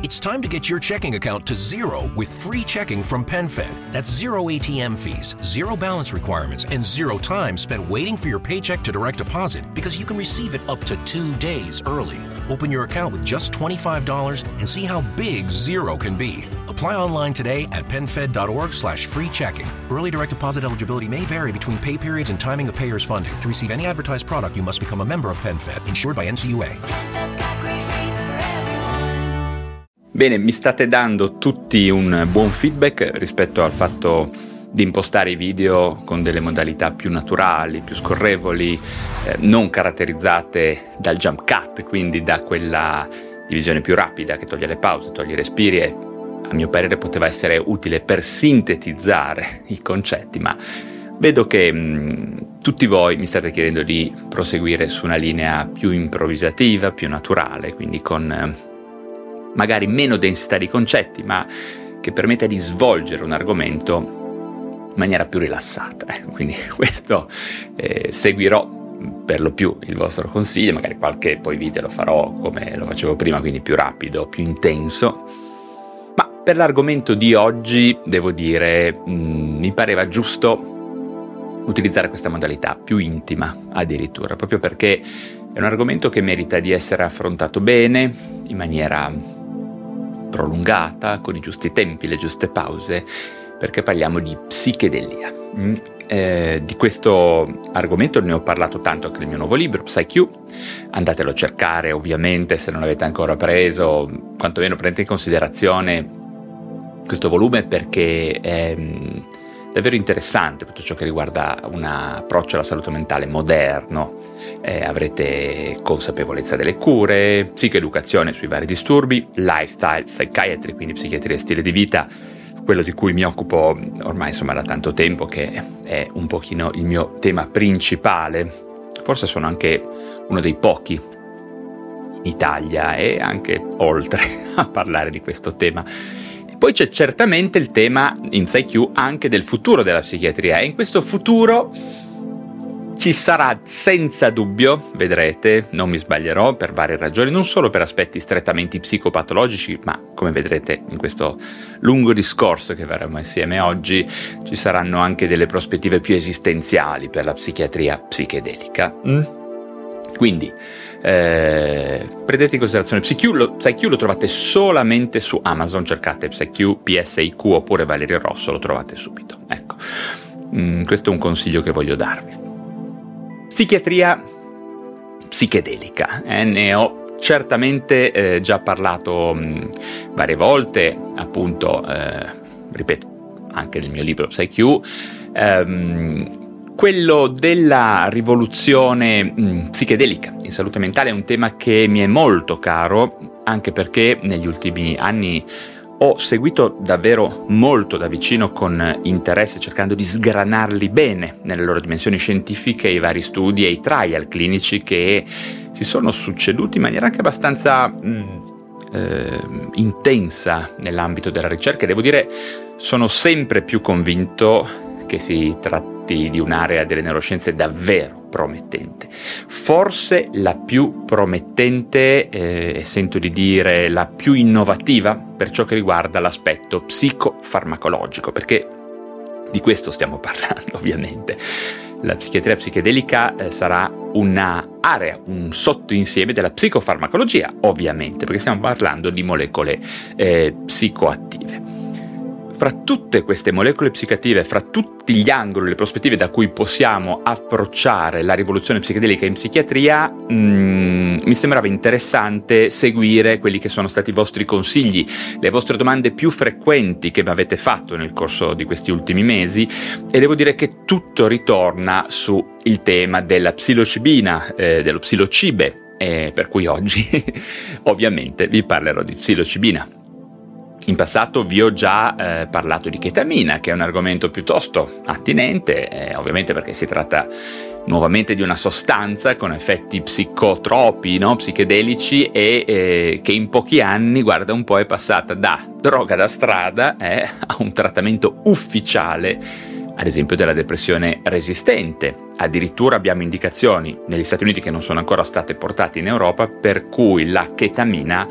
It's time to get your checking account to zero with free checking from PenFed. That's zero ATM fees, zero balance requirements, and zero time spent waiting for your paycheck to direct deposit because you can receive it up to 2 days early. Open your account with just $25 and see how big zero can be. Apply online today at PenFed.org/free checking. Early direct deposit eligibility may vary between pay periods and timing of payers' funding. To receive any advertised product, you must become a member of PenFed, insured by NCUA. Bene, mi state dando tutti un buon feedback rispetto al fatto di impostare i video con delle modalità più naturali, più scorrevoli, non caratterizzate dal jump cut, quindi da quella divisione più rapida che toglie le pause, toglie i respiri e a mio parere poteva essere utile per sintetizzare i concetti, ma vedo che tutti voi mi state chiedendo di proseguire su una linea più improvvisativa, più naturale, quindi con magari meno densità di concetti, ma che permetta di svolgere un argomento in maniera più rilassata. Quindi questo seguirò per lo più il vostro consiglio, magari qualche poi video lo farò come lo facevo prima, quindi più rapido, più intenso. Ma per l'argomento di oggi, devo dire, mi pareva giusto utilizzare questa modalità più intima addirittura, proprio perché è un argomento che merita di essere affrontato bene, in maniera prolungata, con i giusti tempi, le giuste pause, perché parliamo di psichedelia. Di questo argomento ne ho parlato tanto anche nel mio nuovo libro, PsyQ. Andatelo a cercare, ovviamente, se non l'avete ancora preso, quantomeno prendete in considerazione questo volume, perché è davvero interessante tutto ciò che riguarda un approccio alla salute mentale moderno. Avrete consapevolezza delle cure, psicoeducazione sui vari disturbi, lifestyle psychiatry, quindi psichiatria e stile di vita, quello di cui mi occupo ormai da tanto tempo, che è un pochino il mio tema principale. Forse sono anche uno dei pochi in Italia e anche oltre a parlare di questo tema. Poi c'è certamente il tema in PsyQ anche del futuro della psichiatria, e in questo futuro ci sarà senza dubbio, vedrete, non mi sbaglierò, per varie ragioni, non solo per aspetti strettamente psicopatologici, ma come vedrete in questo lungo discorso che faremo insieme oggi, ci saranno anche delle prospettive più esistenziali per la psichiatria psichedelica. Quindi prendete in considerazione PsyQ lo trovate solamente su Amazon, cercate PsyQ, PSIQ oppure Valerio Rosso, lo trovate subito. Ecco, questo è un consiglio che voglio darvi. Psichiatria psichedelica, ne ho certamente già parlato varie volte, appunto, ripeto, anche nel mio libro PsyQ. Quello della rivoluzione psichedelica in salute mentale è un tema che mi è molto caro, anche perché negli ultimi anni ho seguito davvero molto da vicino, con interesse, cercando di sgranarli bene nelle loro dimensioni scientifiche, i vari studi e i trial clinici che si sono succeduti in maniera anche abbastanza intensa nell'ambito della ricerca. Devo dire, sono sempre più convinto che si tratti di un'area delle neuroscienze davvero promettente, forse la più promettente, sento di dire la più innovativa per ciò che riguarda l'aspetto psicofarmacologico, perché di questo stiamo parlando ovviamente. La psichiatria psichedelica sarà una area, un sottoinsieme della psicofarmacologia, ovviamente, perché stiamo parlando di molecole psicoattive. Fra tutte queste molecole psicoattive, fra tutti gli angoli, le prospettive da cui possiamo approcciare la rivoluzione psichedelica in psichiatria, mi sembrava interessante seguire quelli che sono stati i vostri consigli, le vostre domande più frequenti che mi avete fatto nel corso di questi ultimi mesi, e devo dire che tutto ritorna su il tema della psilocibina, dello psilocibe, per cui oggi ovviamente vi parlerò di psilocibina. In passato vi ho già parlato di chetamina, che è un argomento piuttosto attinente, ovviamente perché si tratta nuovamente di una sostanza con effetti psicotropi, psichedelici, e che in pochi anni, guarda un po', è passata da droga da strada a un trattamento ufficiale, ad esempio della depressione resistente. Addirittura abbiamo indicazioni negli Stati Uniti, che non sono ancora state portate in Europa, per cui la chetamina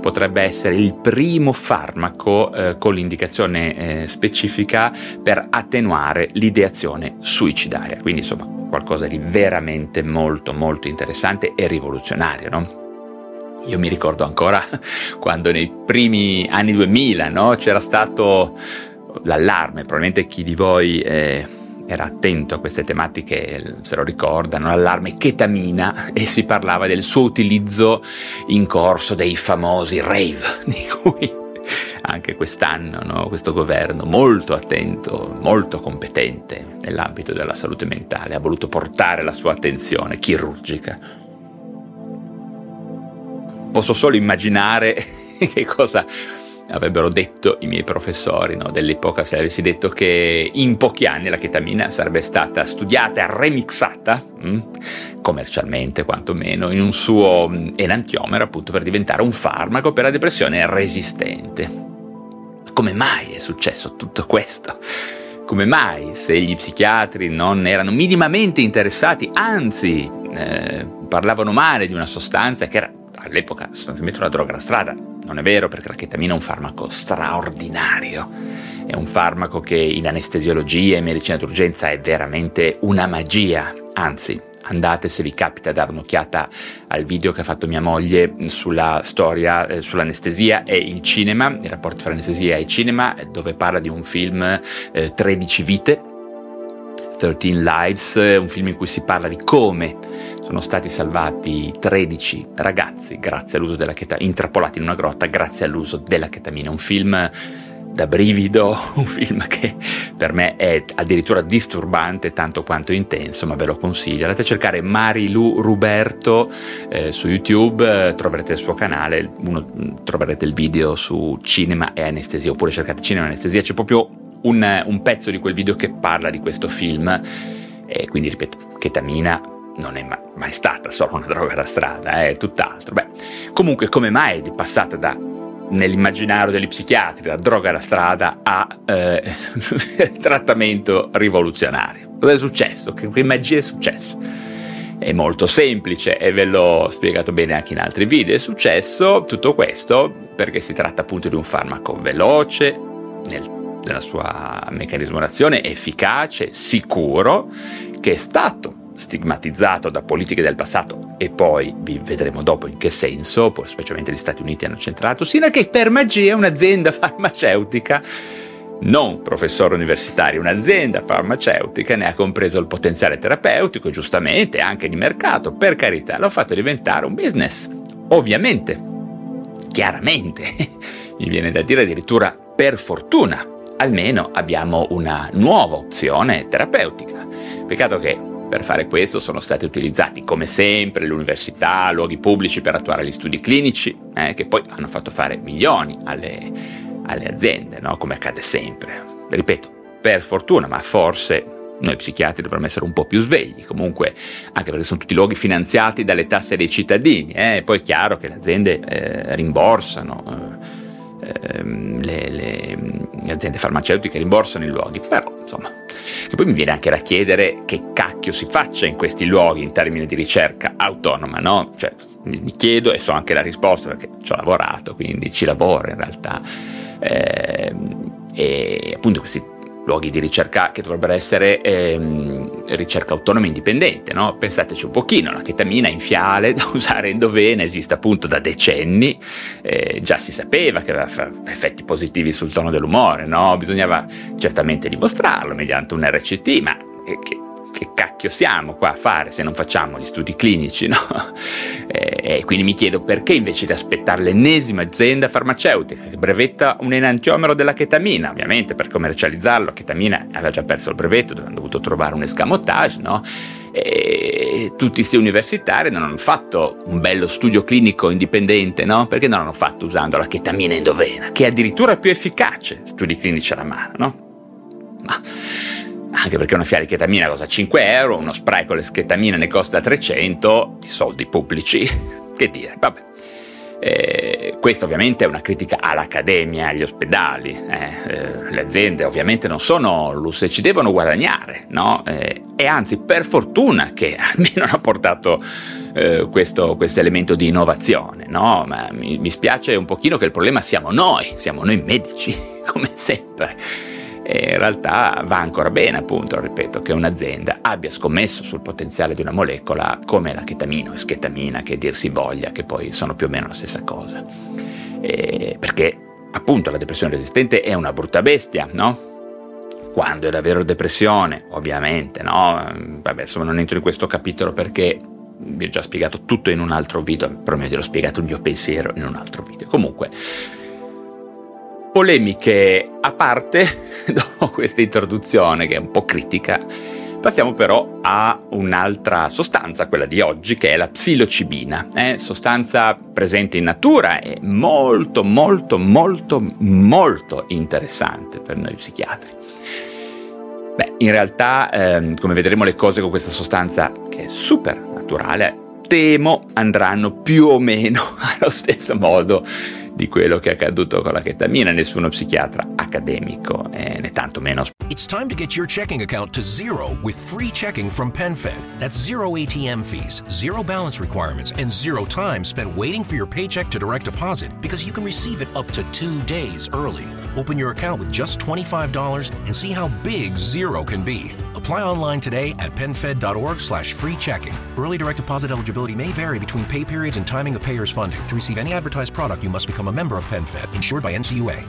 potrebbe essere il primo farmaco con l'indicazione specifica per attenuare l'ideazione suicidaria. Quindi insomma qualcosa di veramente molto molto interessante e rivoluzionario, no? Io mi ricordo ancora quando nei primi anni 2000, no, c'era stato l'allarme, probabilmente chi di voi era attento a queste tematiche se lo ricordano, l'allarme ketamina, e si parlava del suo utilizzo in corso dei famosi rave, di cui anche quest'anno, no, questo governo molto attento, molto competente nell'ambito della salute mentale ha voluto portare la sua attenzione chirurgica. Posso solo immaginare che cosa avrebbero detto i miei professori, no, dell'epoca, se avessi detto che in pochi anni la ketamina sarebbe stata studiata e remixata, commercialmente quantomeno, in un suo enantiomero, appunto per diventare un farmaco per la depressione resistente. Come mai è successo tutto questo? Come mai, se gli psichiatri non erano minimamente interessati, anzi parlavano male di una sostanza che era all'epoca sostanzialmente una droga da strada? Non è vero, perché la ketamina è un farmaco straordinario, è un farmaco che in anestesiologia e medicina d'urgenza è veramente una magia. Anzi, andate, se vi capita, a dare un'occhiata al video che ha fatto mia moglie sulla storia, sull'anestesia e il cinema, i rapporti fra anestesia e cinema, dove parla di un film 13 vite, 13 Lives, un film in cui si parla di come sono stati salvati 13 ragazzi grazie all'uso della ketamina, intrappolati in una grotta grazie all'uso della ketamina. Un film da brivido, un film che per me è addirittura disturbante tanto quanto intenso, ma ve lo consiglio. Andate a cercare Marilu Ruberto su YouTube, troverete il suo canale, troverete il video su cinema e anestesia, oppure cercate cinema e anestesia, c'è proprio un pezzo di quel video che parla di questo film. E quindi ripeto, ketamina non è mai stata solo una droga da strada, è tutt'altro. Comunque, come mai è passata nell'immaginario degli psichiatri da droga da strada a trattamento rivoluzionario? Cosa è successo? Che magia è successo? È molto semplice e ve l'ho spiegato bene anche in altri video. È successo tutto questo perché si tratta appunto di un farmaco veloce nella sua meccanismo d'azione, efficace, sicuro, che è stato stigmatizzato da politiche del passato, e poi vi vedremo dopo in che senso, poi specialmente gli Stati Uniti hanno centrato, sino a che per magia un'azienda farmaceutica, non professore universitario, un'azienda farmaceutica ne ha compreso il potenziale terapeutico, giustamente anche di mercato, per carità, l'ha fatto diventare un business. Ovviamente, chiaramente, mi viene da dire addirittura per fortuna, almeno abbiamo una nuova opzione terapeutica. Peccato che per fare questo sono stati utilizzati, come sempre, le università, luoghi pubblici per attuare gli studi clinici, che poi hanno fatto fare milioni alle aziende, no? Come accade sempre. Ripeto, per fortuna, ma forse noi psichiatri dovremmo essere un po' più svegli, comunque, anche perché sono tutti luoghi finanziati dalle tasse dei cittadini, Poi è chiaro che le aziende rimborsano, le aziende farmaceutiche rimborsano i luoghi, però insomma, che poi mi viene anche da chiedere che cacchio si faccia in questi luoghi in termini di ricerca autonoma, no? Cioè, mi chiedo, e so anche la risposta perché ci ho lavorato, quindi ci lavoro in realtà, e appunto questi luoghi di ricerca che dovrebbero essere ricerca autonoma e indipendente, no? Pensateci un pochino, la ketamina in fiale da usare endovena esiste appunto da decenni, già si sapeva che aveva effetti positivi sul tono dell'umore, no? Bisognava certamente dimostrarlo mediante un RCT, ma che cacchio siamo qua a fare se non facciamo gli studi clinici, no? E quindi mi chiedo perché invece di aspettare l'ennesima azienda farmaceutica che brevetta un enantiomero della ketamina, ovviamente per commercializzarlo la ketamina aveva già perso il brevetto, avevano dovuto trovare un escamotage, no? E tutti questi universitari non hanno fatto un bello studio clinico indipendente, no? Perché non hanno fatto usando la ketamina endovena, che è addirittura più efficace, studi clinici alla mano, no? Ma anche perché una fiala di ketamina costa 5 euro, uno spray con l'esketamina ne costa 300, di soldi pubblici, che dire, vabbè. Questa ovviamente è una critica all'accademia, agli ospedali. Le aziende ovviamente non sono lusso e ci devono guadagnare, no? E anzi, per fortuna che almeno hanno portato questo elemento di innovazione, no? Ma mi spiace un pochino che il problema siamo noi medici, come sempre. E in realtà va ancora bene, appunto, ripeto, che un'azienda abbia scommesso sul potenziale di una molecola come la chetamina o esketamina, che dir si voglia, che poi sono più o meno la stessa cosa. Perché appunto la depressione resistente è una brutta bestia, no? Quando è davvero depressione, ovviamente, no? Vabbè, insomma, non entro in questo capitolo perché vi ho già spiegato tutto in un altro video, probabilmente l'ho spiegato il mio pensiero in un altro video. Comunque, polemiche a parte, dopo questa introduzione che è un po' critica, passiamo però a un'altra sostanza, quella di oggi, che è la psilocibina, sostanza presente in natura e molto molto molto molto interessante per noi psichiatri. Beh, in realtà, come vedremo, le cose con questa sostanza, che è super naturale, temo andranno più o meno allo stesso modo di quello che è accaduto con la chetamina. Nessuno psichiatra accademico né tanto meno. It's time to get your checking account to zero with free checking from PenFed. That's zero ATM fees, zero balance requirements, and zero time spent waiting for your paycheck to direct deposit because you can receive it up to 2 days early. Open your account with just $25 and see how big zero can be. Apply online today at PenFed.org/free checking. Early direct deposit eligibility may vary between pay periods and timing of payer's funding. To receive any advertised product, you must become a member of PenFed, insured by NCUA.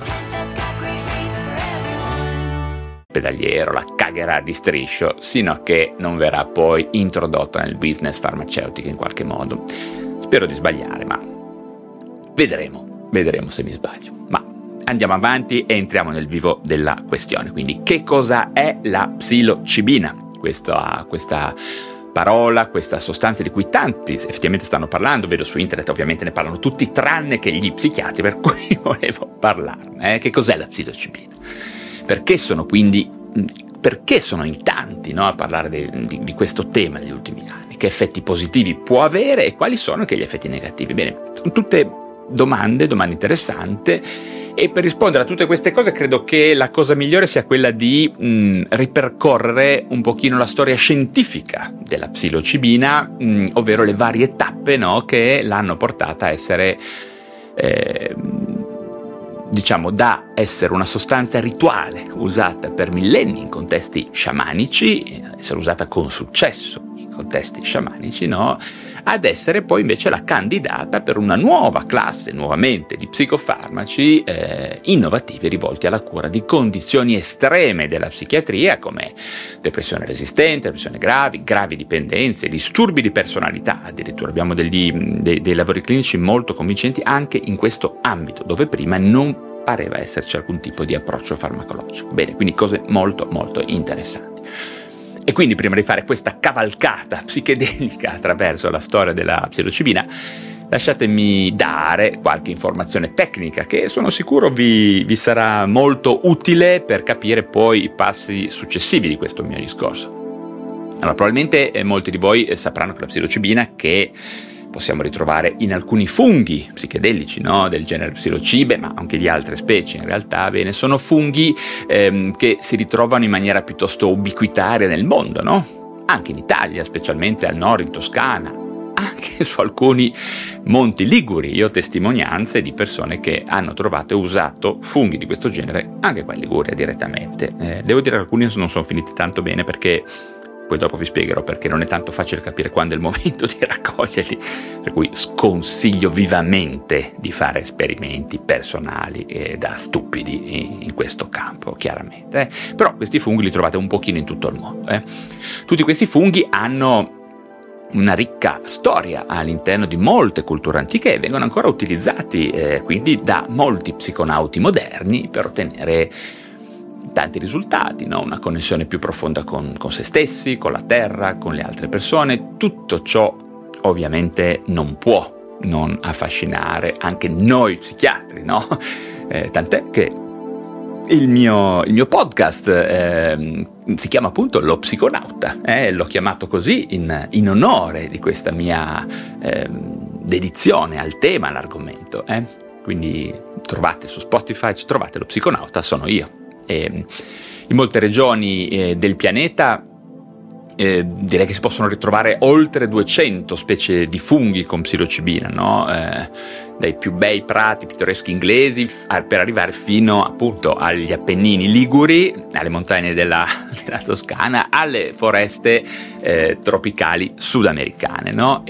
Pedaliero la cagherà di striscio, sino a che non verrà poi introdotto nel business farmaceutico in qualche modo. Spero di sbagliare, ma vedremo se mi sbaglio. Ma andiamo avanti e entriamo nel vivo della questione. Quindi, che cosa è la psilocibina? Questa parola, questa sostanza di cui tanti effettivamente stanno parlando, vedo su internet, ovviamente ne parlano tutti tranne che gli psichiatri, per cui volevo parlarne. Che cos'è la psilocibina? Perché sono in tanti, no, a parlare di questo tema negli ultimi anni? Che effetti positivi può avere e quali sono anche gli effetti negativi? Bene, sono tutte domande interessanti, e per rispondere a tutte queste cose credo che la cosa migliore sia quella di ripercorrere un pochino la storia scientifica della psilocibina, ovvero le varie tappe, no, che l'hanno portata a essere da essere una sostanza rituale usata per millenni in contesti sciamanici, essere usata con successo in contesti sciamanici, no? Ad essere poi invece la candidata per una nuova classe, nuovamente, di psicofarmaci innovativi rivolti alla cura di condizioni estreme della psichiatria come depressione resistente, depressione gravi dipendenze, disturbi di personalità. Addirittura abbiamo dei lavori clinici molto convincenti anche in questo ambito, dove prima non pareva esserci alcun tipo di approccio farmacologico. Bene, quindi cose molto molto interessanti. E quindi, prima di fare questa cavalcata psichedelica attraverso la storia della psilocibina, lasciatemi dare qualche informazione tecnica che sono sicuro vi sarà molto utile per capire poi i passi successivi di questo mio discorso. Allora, probabilmente molti di voi sapranno che la psilocibina, che possiamo ritrovare in alcuni funghi psichedelici, no? Del genere psilocibe, ma anche di altre specie in realtà, sono funghi che si ritrovano in maniera piuttosto ubiquitaria nel mondo, no? Anche in Italia, specialmente al nord, in Toscana, anche su alcuni monti liguri. Io ho testimonianze di persone che hanno trovato e usato funghi di questo genere anche qua in Liguria direttamente. Devo dire che alcuni non sono finiti tanto bene, perché poi dopo vi spiegherò perché non è tanto facile capire quando è il momento di raccoglierli, per cui sconsiglio vivamente di fare esperimenti personali da stupidi in questo campo, chiaramente. Però questi funghi li trovate un pochino in tutto il mondo. Tutti questi funghi hanno una ricca storia all'interno di molte culture antiche e vengono ancora utilizzati quindi da molti psiconauti moderni per ottenere tanti risultati, no? Una connessione più profonda con se stessi, con la terra, con le altre persone. Tutto ciò ovviamente non può non affascinare anche noi psichiatri, no? Tant'è che il mio podcast si chiama appunto Lo Psiconauta, l'ho chiamato così in onore di questa mia dedizione al tema, all'argomento. Quindi trovate su Spotify, trovate Lo Psiconauta, sono io. In molte regioni del pianeta direi che si possono ritrovare oltre 200 specie di funghi con psilocibina, no? Dai più bei prati pittoreschi inglesi per arrivare fino appunto agli Appennini liguri, alle montagne della Toscana, alle foreste tropicali sudamericane, no?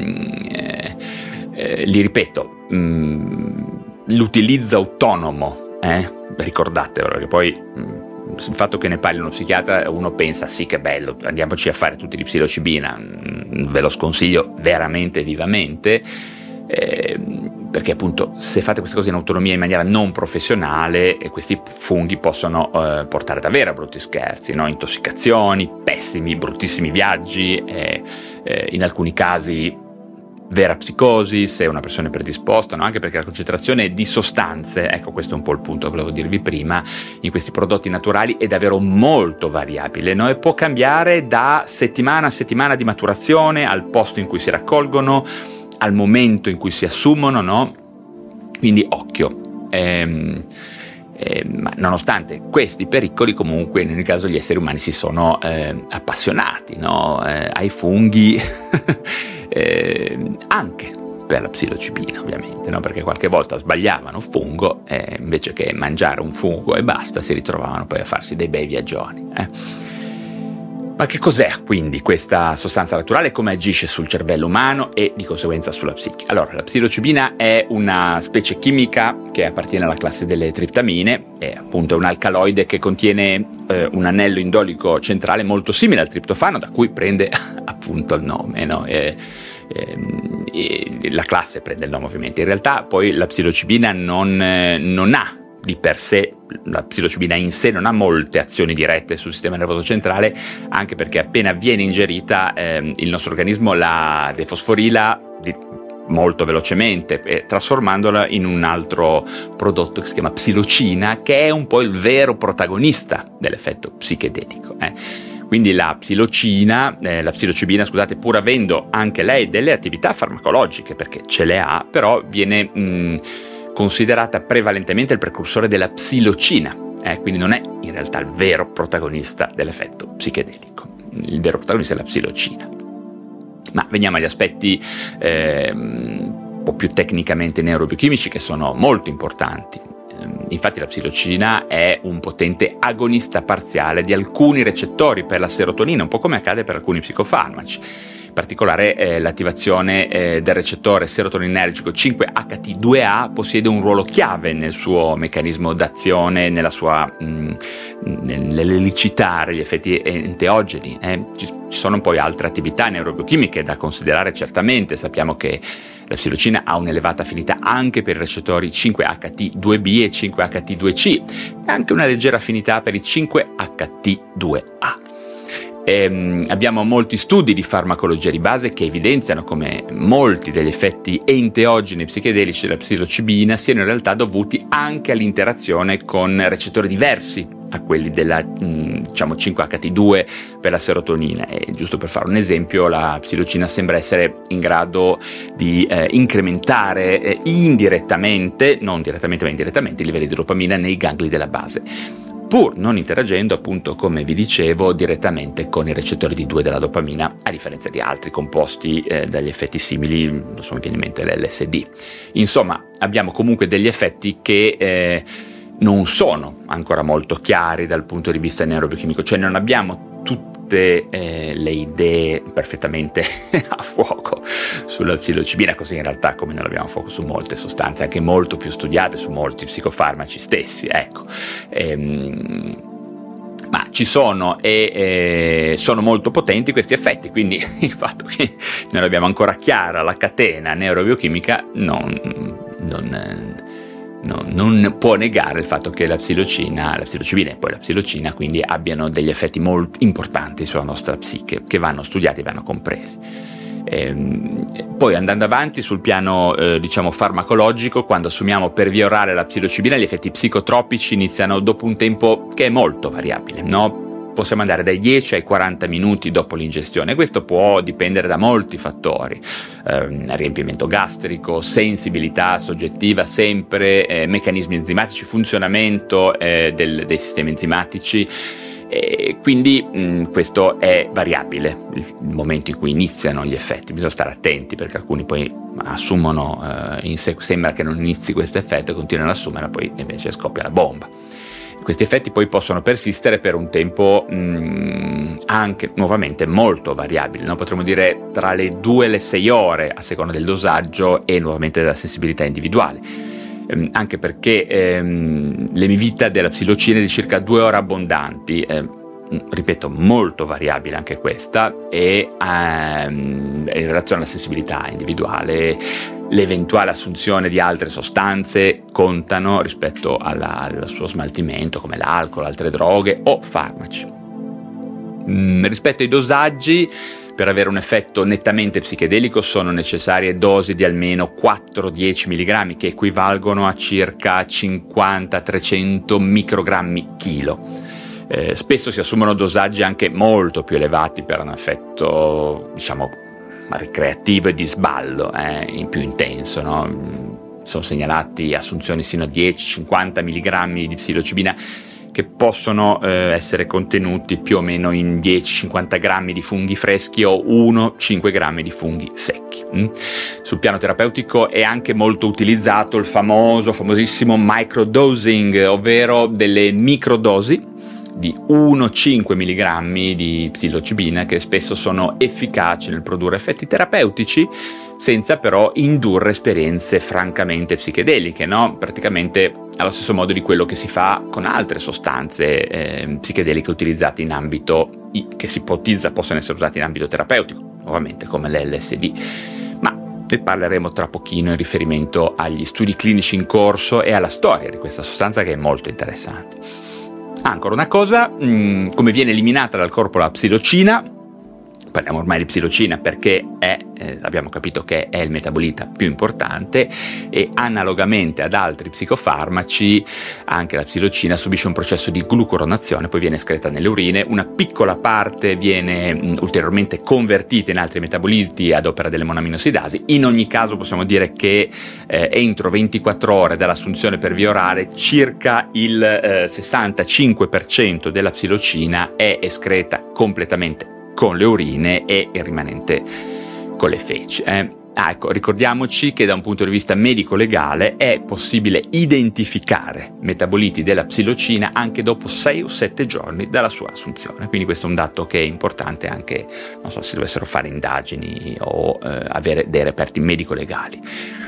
Li ripeto, l'utilizzo autonomo, ricordatevelo, perché poi il fatto che ne parli uno psichiatra, uno pensa sì, che bello, andiamoci a fare tutti di psilocibina, ve lo sconsiglio veramente vivamente, perché appunto se fate queste cose in autonomia in maniera non professionale, questi funghi possono portare davvero a brutti scherzi, no? Intossicazioni, pessimi, bruttissimi viaggi, in alcuni casi vera psicosi se una persona è predisposta, no? Anche perché la concentrazione di sostanze, ecco questo è un po' il punto che volevo dirvi prima, in questi prodotti naturali è davvero molto variabile, no? E può cambiare da settimana a settimana di maturazione, al posto in cui si raccolgono, al momento in cui si assumono, no? Quindi occhio. Ma nonostante questi pericoli, comunque nel caso gli esseri umani si sono appassionati, no? Ai funghi anche per la psilocibina, ovviamente, no? Perché qualche volta sbagliavano fungo invece che mangiare un fungo e basta, si ritrovavano poi a farsi dei bei viaggioni. Ma che cos'è quindi questa sostanza naturale? Come agisce sul cervello umano e di conseguenza sulla psiche? Allora, la psilocibina è una specie chimica che appartiene alla classe delle triptamine, è appunto un alcaloide che contiene un anello indolico centrale molto simile al triptofano, da cui prende appunto il nome, no? La classe prende il nome ovviamente. In realtà poi la psilocibina non ha di per sé, la psilocibina in sé non ha molte azioni dirette sul sistema nervoso centrale, anche perché appena viene ingerita il nostro organismo la defosforila molto velocemente, trasformandola in un altro prodotto che si chiama psilocina, che è un po' il vero protagonista dell'effetto psichedelico. Quindi la psilocibina, scusate, pur avendo anche lei delle attività farmacologiche, perché ce le ha, però viene considerata prevalentemente il precursore della psilocina, quindi non è in realtà il vero protagonista dell'effetto psichedelico. Il vero protagonista è la psilocina. Ma veniamo agli aspetti un po' più tecnicamente neurobiochimici, che sono molto importanti. Infatti la psilocina è un potente agonista parziale di alcuni recettori per la serotonina, un po' come accade per alcuni psicofarmaci. In particolare l'attivazione del recettore serotoninergico 5-HT2A possiede un ruolo chiave nel suo meccanismo d'azione, nella sua nell'elicitare gli effetti enteogeni. Ci sono poi altre attività neurobiochimiche da considerare certamente. Sappiamo che la psilocina ha un'elevata affinità anche per i recettori 5-HT2B e 5-HT2C e anche una leggera affinità per i 5-HT2A. Abbiamo molti studi di farmacologia di base che evidenziano come molti degli effetti enteogeni psichedelici della psilocibina siano in realtà dovuti anche all'interazione con recettori diversi a quelli della 5-HT2 per la serotonina. E giusto per fare un esempio, la psilocina sembra essere in grado di incrementare indirettamente, non direttamente ma indirettamente, i livelli di dopamina nei gangli della base, pur non interagendo, appunto, come vi dicevo, direttamente con i recettori D2 della dopamina, a differenza di altri composti dagli effetti simili, non so, mi viene in mente l'LSD. Insomma, abbiamo comunque degli effetti che non sono ancora molto chiari dal punto di vista neurobiochimico, cioè non abbiamo tutte le idee perfettamente a fuoco sulla psilocibina, così in realtà come non abbiamo a fuoco su molte sostanze anche molto più studiate, su molti psicofarmaci stessi, ecco. Ma ci sono e sono molto potenti questi effetti, quindi il fatto che non abbiamo ancora chiara la catena neurobiochimica non può negare il fatto che la psilocibina e poi la psilocina quindi abbiano degli effetti molto importanti sulla nostra psiche, che vanno studiati e vanno compresi. Poi andando avanti sul piano farmacologico, quando assumiamo per via orale la psilocibina, gli effetti psicotropici iniziano dopo un tempo che è molto variabile, no? possiamo andare dai 10 ai 40 minuti dopo l'ingestione. Questo può dipendere da molti fattori, riempimento gastrico, sensibilità soggettiva sempre, meccanismi enzimatici, funzionamento dei sistemi enzimatici. E quindi questo è variabile, il momento in cui iniziano gli effetti. Bisogna stare attenti, perché alcuni poi assumono sembra che non inizi questo effetto e continuano ad assumere, poi invece scoppia la bomba. Questi effetti poi possono persistere per un tempo anche nuovamente molto variabile, no? Potremmo dire tra le 2 e le 6 ore a seconda del dosaggio e nuovamente della sensibilità individuale. Anche perché l'emivita della psilocina è di circa 2 ore abbondanti, ripeto, molto variabile anche questa, e in relazione alla sensibilità individuale l'eventuale assunzione di altre sostanze contano rispetto al suo smaltimento, come l'alcol, altre droghe o farmaci. Rispetto ai dosaggi, per avere un effetto nettamente psichedelico sono necessarie dosi di almeno 4-10 mg, che equivalgono a circa 50-300 microgrammi chilo. Spesso si assumono dosaggi anche molto più elevati per un effetto, diciamo, ricreativo e di sballo, più intenso, no? Sono segnalati assunzioni sino a 10-50 mg di psilocibina, che possono essere contenuti più o meno in 10-50 grammi di funghi freschi o 1-5 grammi di funghi secchi. Sul piano terapeutico è anche molto utilizzato il famosissimo microdosing, ovvero delle microdosi di 1-5 mg di psilocibina, che spesso sono efficaci nel produrre effetti terapeutici senza però indurre esperienze francamente psichedeliche, no? Praticamente allo stesso modo di quello che si fa con altre sostanze psichedeliche utilizzate in ambito, che si ipotizza possono essere usate in ambito terapeutico, nuovamente come l'LSD. Ma ne parleremo tra pochino in riferimento agli studi clinici in corso e alla storia di questa sostanza, che è molto interessante. Ancora una cosa, come viene eliminata dal corpo la psilocina. Parliamo ormai di psilocina perché abbiamo capito che è il metabolita più importante, e analogamente ad altri psicofarmaci anche la psilocina subisce un processo di glucuronazione, poi viene escreta nelle urine, una piccola parte viene ulteriormente convertita in altri metaboliti ad opera delle monoaminoossidasi. In ogni caso possiamo dire che entro 24 ore dall'assunzione per via orale circa il 65% della psilocina è escreta completamente con le urine e il rimanente con le feci. Ecco, ricordiamoci che da un punto di vista medico-legale è possibile identificare metaboliti della psilocina anche dopo 6 o 7 giorni dalla sua assunzione. Quindi questo è un dato che è importante anche, non so, se dovessero fare indagini o avere dei reperti medico-legali.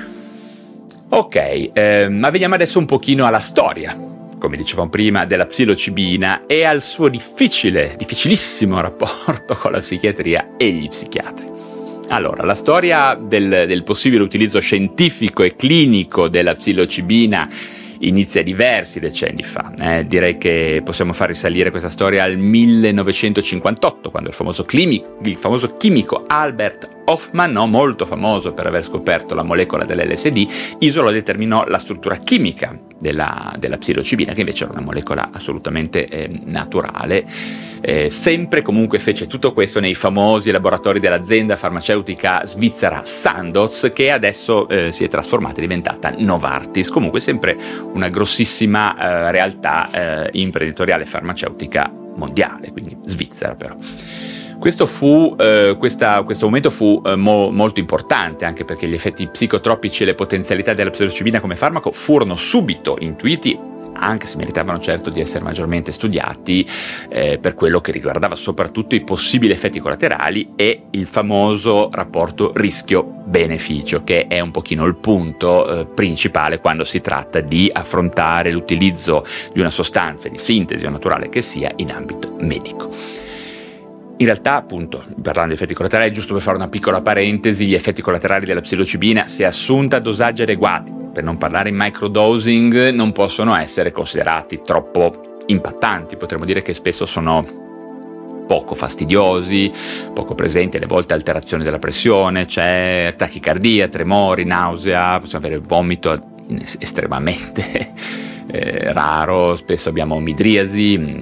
Ok, ma veniamo adesso un pochino alla storia, come dicevamo prima, della psilocibina e al suo difficilissimo rapporto con la psichiatria e gli psichiatri. Allora, la storia del possibile utilizzo scientifico e clinico della psilocibina inizia diversi decenni fa. Direi che possiamo far risalire questa storia al 1958, quando il famoso chimico Albert Hofmann, molto famoso per aver scoperto la molecola dell'LSD, isolò e determinò la struttura chimica della psilocibina, che invece era una molecola assolutamente naturale. Sempre comunque fece tutto questo nei famosi laboratori dell'azienda farmaceutica svizzera Sandoz, che adesso si è trasformata, è diventata Novartis. Comunque sempre una grossissima realtà imprenditoriale farmaceutica mondiale, quindi svizzera però. Questo momento fu molto importante, anche perché gli effetti psicotropici e le potenzialità della psilocibina come farmaco furono subito intuiti, anche se meritavano certo di essere maggiormente studiati per quello che riguardava soprattutto i possibili effetti collaterali e il famoso rapporto rischio-beneficio, che è un pochino il punto principale quando si tratta di affrontare l'utilizzo di una sostanza di sintesi o naturale che sia in ambito medico. In realtà, appunto, parlando di effetti collaterali, giusto per fare una piccola parentesi, gli effetti collaterali della psilocibina, se assunta a dosaggi adeguati, per non parlare in microdosing, non possono essere considerati troppo impattanti. Potremmo dire che spesso sono poco fastidiosi, poco presenti, alle volte alterazioni della pressione, c'è tachicardia, tremori, nausea, possiamo avere vomito estremamente raro, spesso abbiamo midriasi,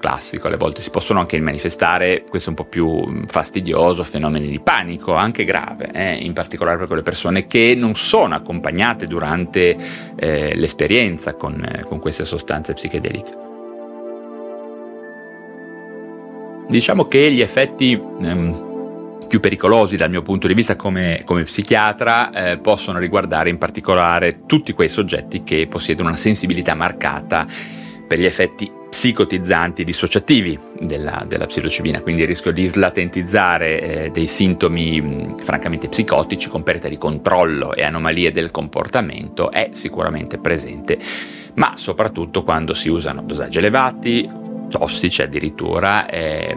classico. Alle volte si possono anche manifestare, questo è un po' più fastidioso, fenomeni di panico, anche grave, in particolare per quelle persone che non sono accompagnate durante l'esperienza con queste sostanze psichedeliche. Diciamo che gli effetti più pericolosi dal mio punto di vista come psichiatra possono riguardare in particolare tutti quei soggetti che possiedono una sensibilità marcata per gli effetti psicotizzanti dissociativi della psilocibina, quindi il rischio di slatentizzare dei sintomi francamente psicotici con perdita di controllo e anomalie del comportamento è sicuramente presente, ma soprattutto quando si usano dosaggi elevati, tossici addirittura,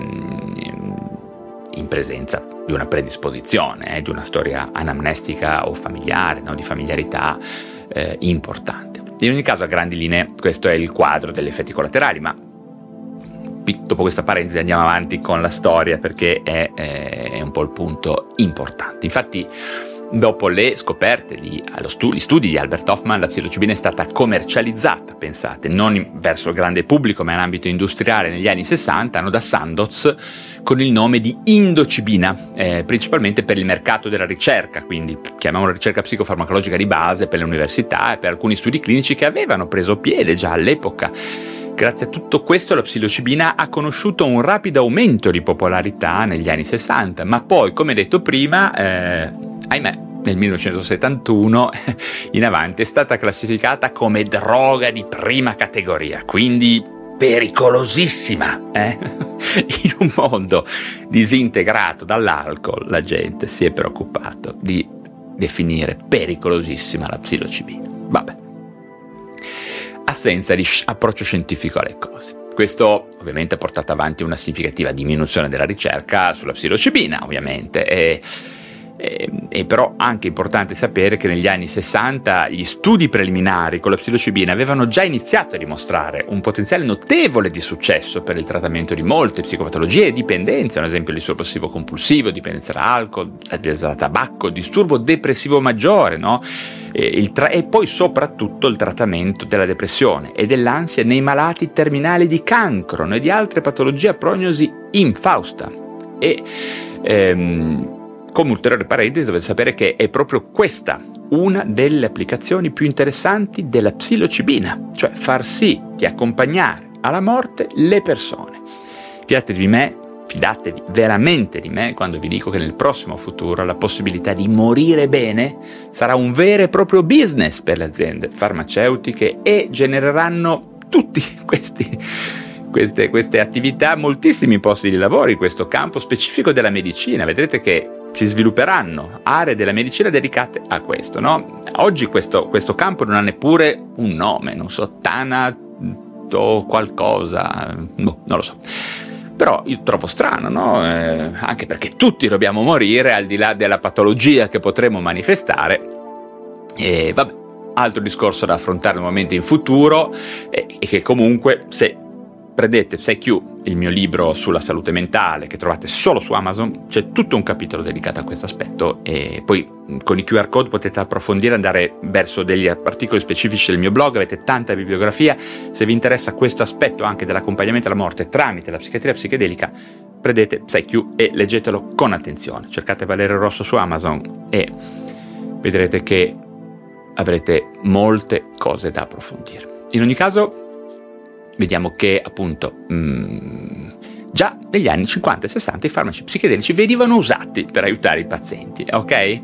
in presenza di una predisposizione, di una storia anamnestica o familiare, no? Di familiarità importante. In ogni caso, a grandi linee, questo è il quadro degli effetti collaterali, ma dopo questa parentesi andiamo avanti con la storia, perché è un po' il punto importante. Infatti, dopo le scoperte gli studi di Albert Hofmann, la psilocibina è stata commercializzata, pensate, non verso il grande pubblico ma in ambito industriale negli anni 60, da Sandoz, con il nome di indocibina, principalmente per il mercato della ricerca, quindi chiamiamola ricerca psicofarmacologica di base per le università e per alcuni studi clinici che avevano preso piede già all'epoca. Grazie a tutto questo la psilocibina ha conosciuto un rapido aumento di popolarità negli anni 60, ma poi, come detto prima, ahimè, nel 1971 in avanti è stata classificata come droga di prima categoria, quindi pericolosissima. In un mondo disintegrato dall'alcol, la gente si è preoccupato di definire pericolosissima la psilocibina. Vabbè. Assenza di approccio scientifico alle cose. Questo ovviamente ha portato avanti una significativa diminuzione della ricerca sulla psilocibina, ovviamente, e però anche importante sapere che negli anni 60 gli studi preliminari con la psilocibina avevano già iniziato a dimostrare un potenziale notevole di successo per il trattamento di molte psicopatologie e dipendenze, ad esempio il disturbo ossessivo compulsivo, dipendenza da alcol, dipendenza da tabacco, disturbo depressivo maggiore, no? E poi soprattutto il trattamento della depressione e dell'ansia nei malati terminali di cancro e di altre patologie a prognosi infausta. Come ulteriore parentesi, dovete sapere che è proprio questa una delle applicazioni più interessanti della psilocibina, cioè far sì di accompagnare alla morte le persone. Fidatevi veramente di me quando vi dico che nel prossimo futuro la possibilità di morire bene sarà un vero e proprio business per le aziende farmaceutiche e genereranno tutti queste attività, moltissimi posti di lavoro in questo campo specifico della medicina. Vedrete che si svilupperanno aree della medicina dedicate a questo, no? Oggi questo campo non ha neppure un nome, non so, Tanato qualcosa, no, non lo so. Però io trovo strano, no? Anche perché tutti dobbiamo morire, al di là della patologia che potremo manifestare. E vabbè, altro discorso da affrontare nel momento in futuro, e che comunque, se prendete PsyQ, il mio libro sulla salute mentale che trovate solo su Amazon, c'è tutto un capitolo dedicato a questo aspetto, e poi con i QR code potete approfondire, andare verso degli articoli specifici del mio blog, avete tanta bibliografia. Se vi interessa questo aspetto anche dell'accompagnamento alla morte tramite la psichiatria psichedelica, prendete PsyQ e leggetelo con attenzione. Cercate Valerio Rosso su Amazon e vedrete che avrete molte cose da approfondire. In ogni caso, vediamo che appunto già negli anni 50 e 60 i farmaci psichedelici venivano usati per aiutare i pazienti, ok?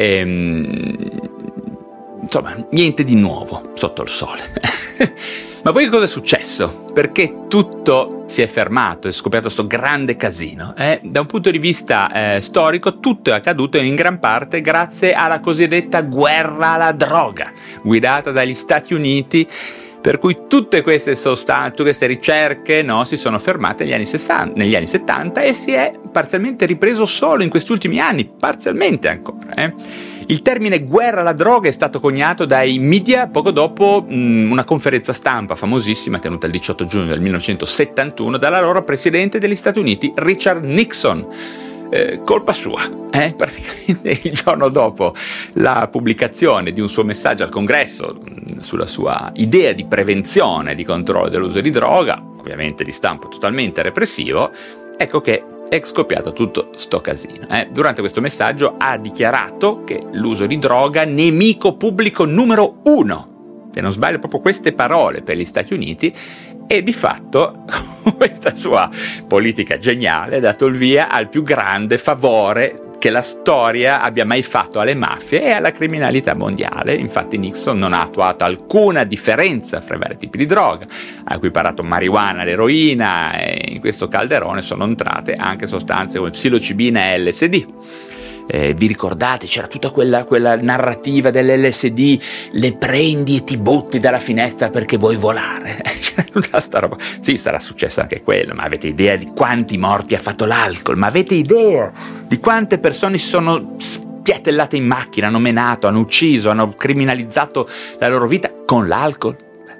Insomma, niente di nuovo sotto il sole. Ma poi cosa è successo? Perché tutto si è fermato, è scoppiato questo grande casino? Da un punto di vista storico, tutto è accaduto in gran parte grazie alla cosiddetta guerra alla droga, guidata dagli Stati Uniti, per cui tutte queste sostanze, tutte queste ricerche, no, si sono fermate negli anni 70 e si è parzialmente ripreso solo in questi ultimi anni, parzialmente ancora. Il termine guerra alla droga è stato coniato dai media poco dopo una conferenza stampa famosissima tenuta il 18 giugno del 1971 dall'allora presidente degli Stati Uniti, Richard Nixon. colpa sua. Praticamente il giorno dopo la pubblicazione di un suo messaggio al Congresso sulla sua idea di prevenzione e di controllo dell'uso di droga, ovviamente di stampo totalmente repressivo, ecco che è scoppiato tutto sto casino. Durante questo messaggio ha dichiarato che l'uso di droga nemico pubblico numero 1, se non sbaglio proprio queste parole per gli Stati Uniti, e di fatto questa sua politica geniale ha dato il via al più grande favore che la storia abbia mai fatto alle mafie e alla criminalità mondiale. Infatti Nixon non ha attuato alcuna differenza fra i vari tipi di droga, ha equiparato marijuana all'eroina, e in questo calderone sono entrate anche sostanze come psilocibina e LSD. Vi ricordate? C'era tutta quella narrativa dell'LSD, le prendi e ti butti dalla finestra perché vuoi volare. C'era tutta sta roba. Sì, sarà successo anche quello, ma avete idea di quanti morti ha fatto l'alcol? Ma avete idea di quante persone si sono spiattellate in macchina, hanno menato, hanno ucciso, hanno criminalizzato la loro vita con l'alcol?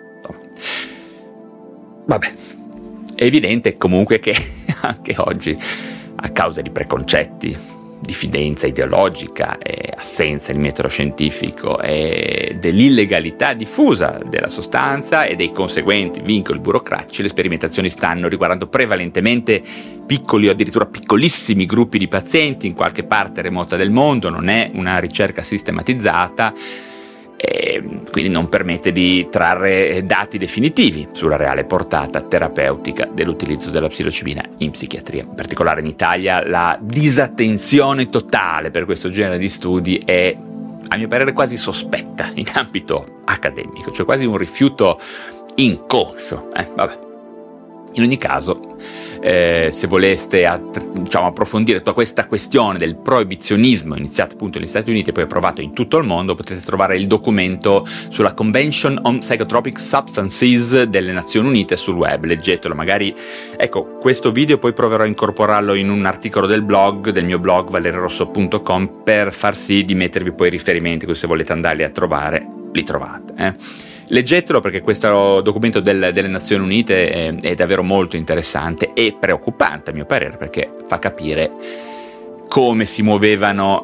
Vabbè, è evidente comunque che anche oggi, a causa di preconcetti, diffidenza ideologica e assenza di metodo scientifico e dell'illegalità diffusa della sostanza e dei conseguenti vincoli burocratici, le sperimentazioni stanno riguardando prevalentemente piccoli o addirittura piccolissimi gruppi di pazienti in qualche parte remota del mondo, non è una ricerca sistematizzata e quindi non permette di trarre dati definitivi sulla reale portata terapeutica dell'utilizzo della psilocibina in psichiatria. In particolare in Italia la disattenzione totale per questo genere di studi è, a mio parere, quasi sospetta in ambito accademico, cioè quasi un rifiuto inconscio. Vabbè. In ogni caso, se voleste approfondire tutta questa questione del proibizionismo iniziato appunto negli Stati Uniti e poi approvato in tutto il mondo, potete trovare il documento sulla Convention on Psychotropic Substances delle Nazioni Unite sul web, leggetelo magari. Ecco, questo video poi proverò a incorporarlo in un articolo del mio blog valeriorosso.com per far sì di mettervi poi i riferimenti, così se volete andarli a trovare li trovate. Leggetelo perché questo documento delle Nazioni Unite è davvero molto interessante e preoccupante a mio parere, perché fa capire come si muovevano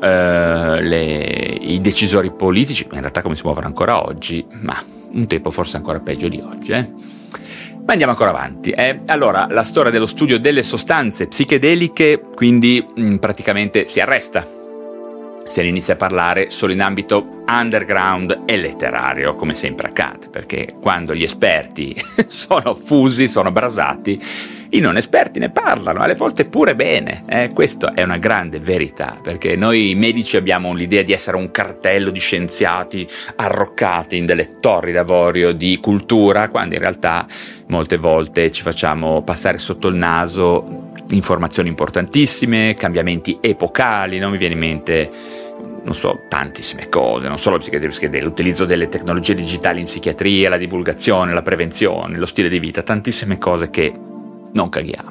i decisori politici, in realtà come si muovono ancora oggi, ma un tempo forse ancora peggio di oggi. Ma andiamo ancora avanti. Allora, la storia dello studio delle sostanze psichedeliche quindi praticamente si arresta. Se ne inizia a parlare solo in ambito underground e letterario, come sempre accade, perché quando gli esperti sono fusi, sono brasati, i non esperti ne parlano, alle volte pure bene. Questa è una grande verità, perché noi medici abbiamo l'idea di essere un cartello di scienziati arroccati in delle torri d'avorio di cultura, quando in realtà molte volte ci facciamo passare sotto il naso informazioni importantissime, cambiamenti epocali. Non mi viene in mente, non so, tantissime cose, non solo psichiatria, l'utilizzo delle tecnologie digitali in psichiatria, la divulgazione, la prevenzione, lo stile di vita, tantissime cose che non caghiamo.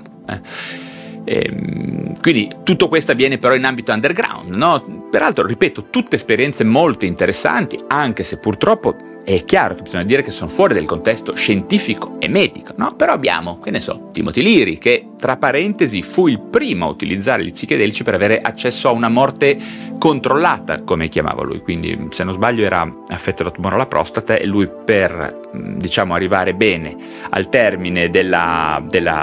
Quindi tutto questo avviene però in ambito underground, no? Peraltro, ripeto, tutte esperienze molto interessanti, anche se purtroppo è chiaro che bisogna dire che sono fuori del contesto scientifico e medico, no? Però abbiamo, che ne so, Timothy Leary, che tra parentesi fu il primo a utilizzare gli psichedelici per avere accesso a una morte controllata, come chiamava lui, quindi se non sbaglio era affetto da tumore alla prostata e lui per arrivare bene al termine della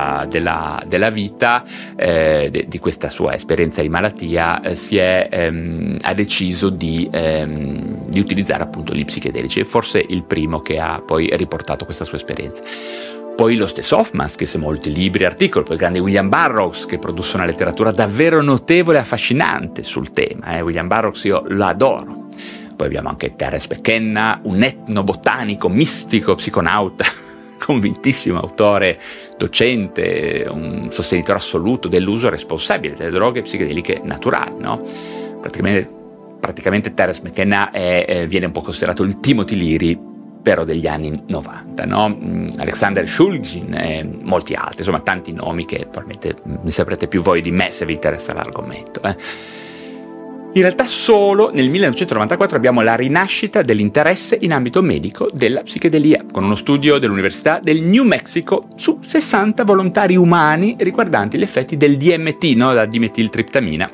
vita di questa sua esperienza di malattia ha deciso di utilizzare appunto gli psichedelici, e forse il primo che ha poi riportato questa sua esperienza. Poi lo stesso Hoffman scrisse molti libri e articoli, poi il grande William Burroughs, che produsse una letteratura davvero notevole e affascinante sul tema. William Burroughs io l'adoro. Poi abbiamo anche Terence McKenna, un etnobotanico, mistico, psiconauta, convintissimo autore, docente, un sostenitore assoluto dell'uso responsabile delle droghe psichedeliche naturali, no? Praticamente Terence McKenna viene un po' considerato il Timothy Leary però degli anni 90, no? Alexander Shulgin e molti altri, insomma tanti nomi che probabilmente ne saprete più voi di me se vi interessa l'argomento. In realtà solo nel 1994 abbiamo la rinascita dell'interesse in ambito medico della psichedelia, con uno studio dell'Università del New Mexico su 60 volontari umani riguardanti gli effetti del DMT, no? La dimetiltriptamina.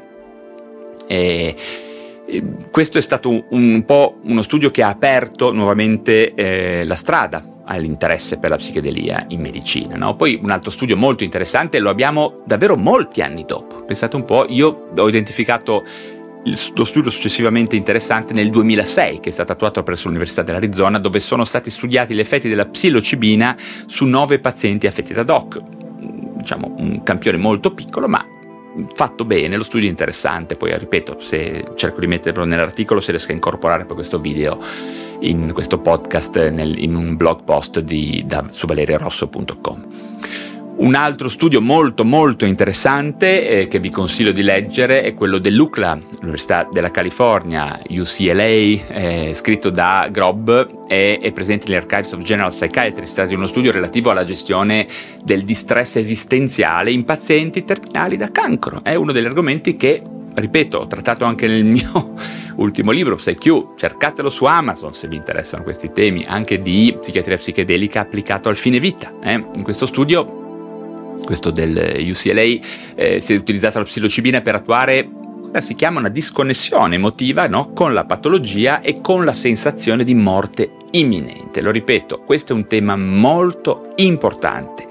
Questo è stato un po' uno studio che ha aperto nuovamente la strada all'interesse per la psichedelia in medicina, no? Poi un altro studio molto interessante lo abbiamo davvero molti anni dopo. Pensate un po', io ho identificato lo studio successivamente interessante nel 2006, che è stato attuato presso l'Università dell'Arizona, dove sono stati studiati gli effetti della psilocibina su 9 pazienti affetti da DOC. Diciamo un campione molto piccolo, ma fatto bene, lo studio è interessante. Poi ripeto, se cerco di metterlo nell'articolo, se riesco a incorporare poi questo video in questo podcast in un blog post su valeriarosso.com. Un altro studio molto molto interessante che vi consiglio di leggere è quello dell'UCLA, l'Università della California, UCLA, scritto da Grob, è presente negli Archives of General Psychiatry. Si tratta di uno studio relativo alla gestione del distress esistenziale in pazienti terminali da cancro. È uno degli argomenti che, ripeto, ho trattato anche nel mio ultimo libro, PsyQ. Cercatelo su Amazon se vi interessano questi temi, anche di psichiatria psichedelica applicato al fine vita. In questo studio, questo del UCLA, si è utilizzata la psilocibina per attuare quella si chiama una disconnessione emotiva, no? Con la patologia e con la sensazione di morte imminente. Lo ripeto, questo è un tema molto importante,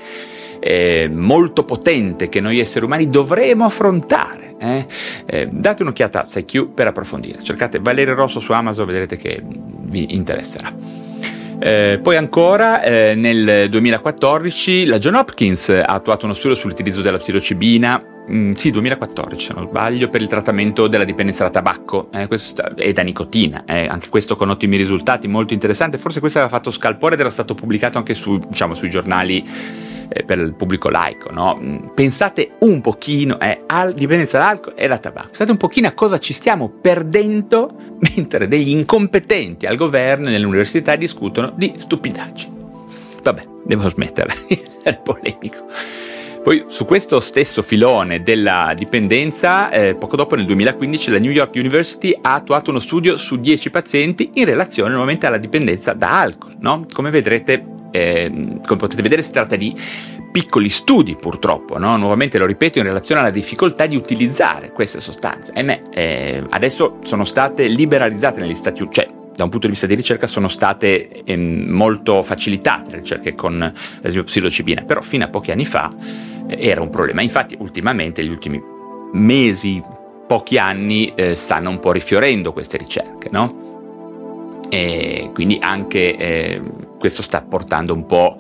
molto potente, che noi esseri umani dovremo affrontare. Date un'occhiata a PsyQ per approfondire. Cercate Valerio Rosso su Amazon, vedrete che vi interesserà. Poi ancora nel 2014 la Johns Hopkins ha attuato uno studio sull'utilizzo della psilocibina, 2014 se non sbaglio, per il trattamento della dipendenza da tabacco e da nicotina, anche questo con ottimi risultati, molto interessante. Forse questo aveva fatto scalpore ed era stato pubblicato anche sui giornali per il pubblico laico, no? Pensate un pochino alla dipendenza dall'alcol e da tabacco, pensate un pochino a cosa ci stiamo perdendo mentre degli incompetenti al governo e nell'università discutono di stupidaggini. Vabbè, devo smetterla di essere polemico. Poi su questo stesso filone della dipendenza, poco dopo nel 2015 la New York University ha attuato uno studio su 10 pazienti in relazione nuovamente alla dipendenza da alcol, no? Come vedrete, come potete vedere, si tratta di piccoli studi purtroppo, no? Nuovamente lo ripeto, in relazione alla difficoltà di utilizzare queste sostanze. Adesso sono state liberalizzate negli Stati Uniti, cioè da un punto di vista di ricerca sono state molto facilitate le ricerche con l'esempio psilocibina, però fino a pochi anni fa era un problema. Infatti ultimamente, negli ultimi mesi, pochi anni, stanno un po' rifiorendo queste ricerche, no? E quindi anche questo sta portando un po'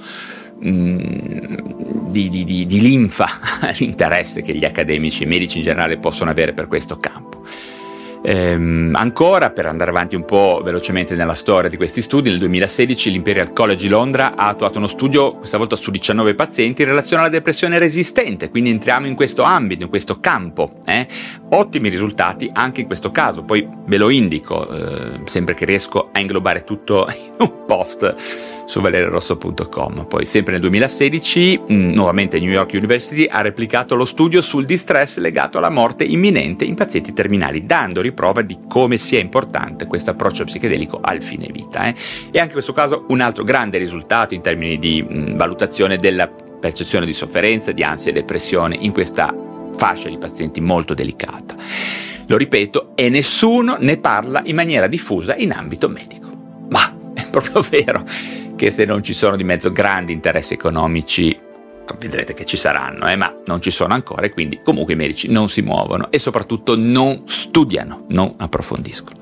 di linfa all'interesse che gli accademici e medici in generale possono avere per questo campo. Ancora, per andare avanti un po' velocemente nella storia di questi studi, nel 2016 l'Imperial College di Londra ha attuato uno studio, questa volta su 19 pazienti, in relazione alla depressione resistente, quindi entriamo in questo ambito, in questo campo. Ottimi risultati anche in questo caso, poi ve lo indico, sempre che riesco a inglobare tutto in un post su valeriarosso.com. Poi sempre nel 2016 nuovamente New York University ha replicato lo studio sul distress legato alla morte imminente in pazienti terminali, dando riprova di come sia importante questo approccio psichedelico al fine vita. E anche in questo caso un altro grande risultato in termini di valutazione della percezione di sofferenza, di ansia e depressione in questa fascia di pazienti molto delicata. Lo ripeto, e nessuno ne parla in maniera diffusa in ambito medico. Ma è proprio vero che se non ci sono di mezzo grandi interessi economici, vedrete che ci saranno, ma non ci sono ancora, e quindi comunque i medici non si muovono e soprattutto non studiano, non approfondiscono.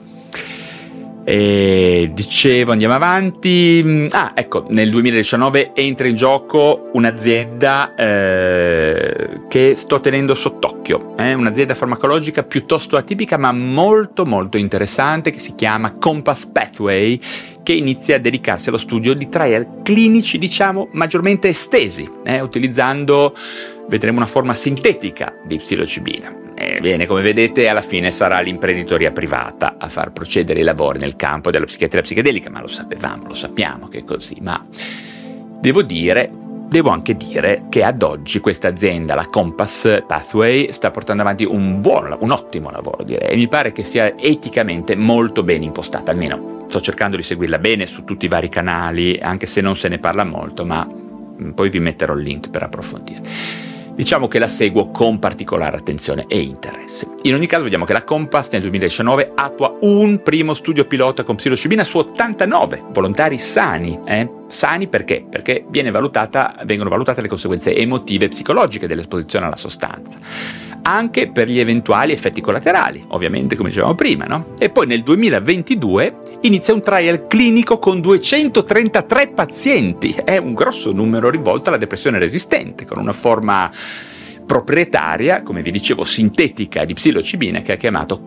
E dicevo, andiamo avanti. Ecco, nel 2019 entra in gioco un'azienda che sto tenendo sott'occhio, un'azienda farmacologica piuttosto atipica ma molto molto interessante, che si chiama Compass Pathway, che inizia a dedicarsi allo studio di trial clinici, diciamo, maggiormente estesi, utilizzando, vedremo, una forma sintetica di psilocibina. Bene, come vedete, alla fine sarà l'imprenditoria privata a far procedere i lavori nel campo della psichiatria psichedelica, ma lo sappiamo che è così. Ma devo dire devo anche dire che ad oggi questa azienda, la Compass Pathway, sta portando avanti un ottimo lavoro, direi, e mi pare che sia eticamente molto ben impostata, almeno sto cercando di seguirla bene su tutti i vari canali, anche se non se ne parla molto, ma poi vi metterò il link per approfondire. Diciamo che la seguo con particolare attenzione e interesse. In ogni caso vediamo che la Compass nel 2019 attua un primo studio pilota con psilocibina su 89 volontari sani. Sani perché? Perché vengono valutate le conseguenze emotive e psicologiche dell'esposizione alla sostanza, anche per gli eventuali effetti collaterali, ovviamente, come dicevamo prima, no? E poi nel 2022 inizia un trial clinico con 233 pazienti, è un grosso numero rivolto alla depressione resistente, con una forma proprietaria, come vi dicevo, sintetica di psilocibina, che ha chiamato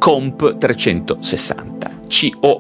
COMP360,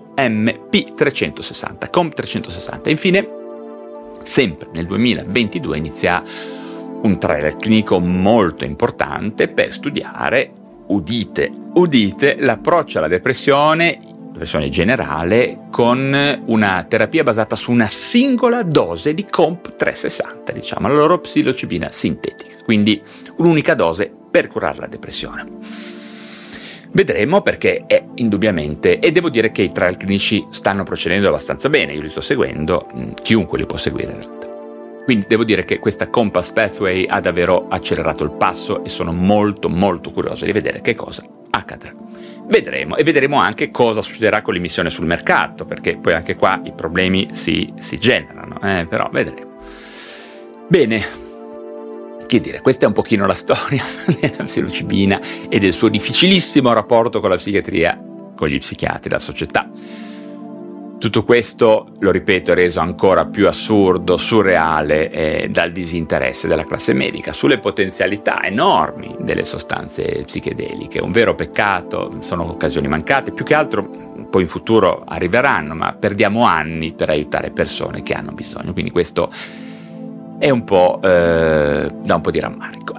COMP360, COMP360. Infine, sempre nel 2022 inizia un trial clinico molto importante per studiare, udite, l'approccio alla depressione generale con una terapia basata su una singola dose di COMP360, diciamo, la loro psilocibina sintetica, quindi un'unica dose per curare la depressione. Vedremo, perché è indubbiamente, e devo dire che i trial clinici stanno procedendo abbastanza bene, io li sto seguendo, chiunque li può seguire in realtà. Quindi devo dire che questa Compass Pathway ha davvero accelerato il passo e sono molto molto curioso di vedere che cosa accadrà. Vedremo, e vedremo anche cosa succederà con l'immissione sul mercato, perché poi anche qua i problemi si generano, però vedremo. Bene, che dire, questa è un pochino la storia della psilocibina e del suo difficilissimo rapporto con la psichiatria, con gli psichiatri, la società. Tutto questo, lo ripeto, è reso ancora più assurdo, surreale dal disinteresse della classe medica sulle potenzialità enormi delle sostanze psichedeliche. Un vero peccato, sono occasioni mancate, più che altro poi in futuro arriveranno, ma perdiamo anni per aiutare persone che hanno bisogno, quindi questo è un po' dà un po' di rammarico.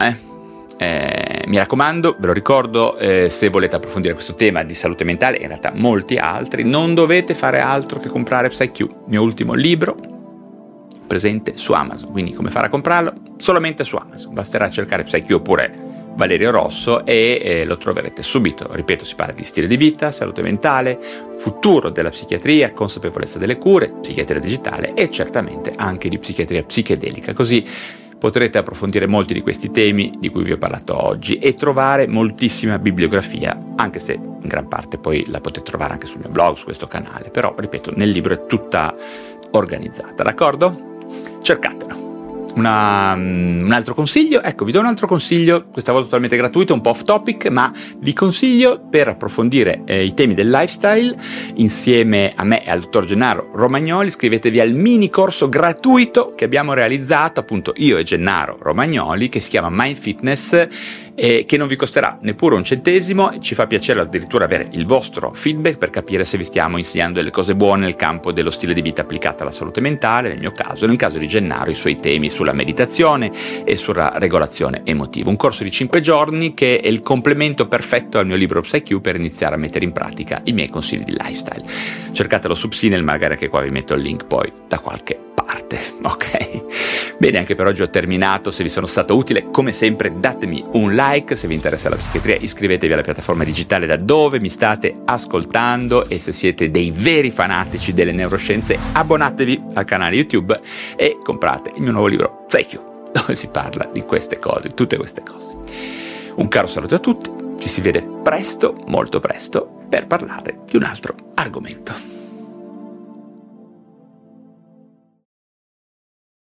Mi raccomando, ve lo ricordo, se volete approfondire questo tema di salute mentale, in realtà molti altri, non dovete fare altro che comprare PsyQ, mio ultimo libro, presente su Amazon. Quindi come fare a comprarlo? Solamente su Amazon, basterà cercare PsyQ oppure Valerio Rosso e lo troverete subito. Ripeto, si parla di stile di vita, salute mentale, futuro della psichiatria, consapevolezza delle cure, psichiatria digitale e certamente anche di psichiatria psichedelica, così potrete approfondire molti di questi temi di cui vi ho parlato oggi e trovare moltissima bibliografia, anche se in gran parte poi la potete trovare anche sul mio blog, su questo canale, però ripeto, nel libro è tutta organizzata, d'accordo? Cercatelo. Un altro consiglio, ecco, vi do un altro consiglio, questa volta totalmente gratuito, un po' off topic, ma vi consiglio, per approfondire i temi del lifestyle insieme a me e al dottor Gennaro Romagnoli, iscrivetevi al mini corso gratuito che abbiamo realizzato, appunto io e Gennaro Romagnoli, che si chiama Mind Fitness, che non vi costerà neppure un centesimo. Ci fa piacere addirittura avere il vostro feedback per capire se vi stiamo insegnando delle cose buone nel campo dello stile di vita applicata alla salute mentale, nel mio caso, nel caso di Gennaro i suoi temi sulla meditazione e sulla regolazione emotiva. Un corso di 5 giorni che è il complemento perfetto al mio libro PsyQ per iniziare a mettere in pratica i miei consigli di lifestyle. Cercatelo su Psinel, magari anche qua vi metto il link poi da qualche parte, ok? Bene, anche per oggi ho terminato. Se vi sono stato utile, come sempre datemi un like, se vi interessa la psichiatria iscrivetevi alla piattaforma digitale da dove mi state ascoltando e se siete dei veri fanatici delle neuroscienze abbonatevi al canale YouTube e comprate il mio nuovo libro PsyQ, dove si parla di queste cose, tutte queste cose. Un caro saluto a tutti, ci si vede presto, molto presto, per parlare di un altro argomento.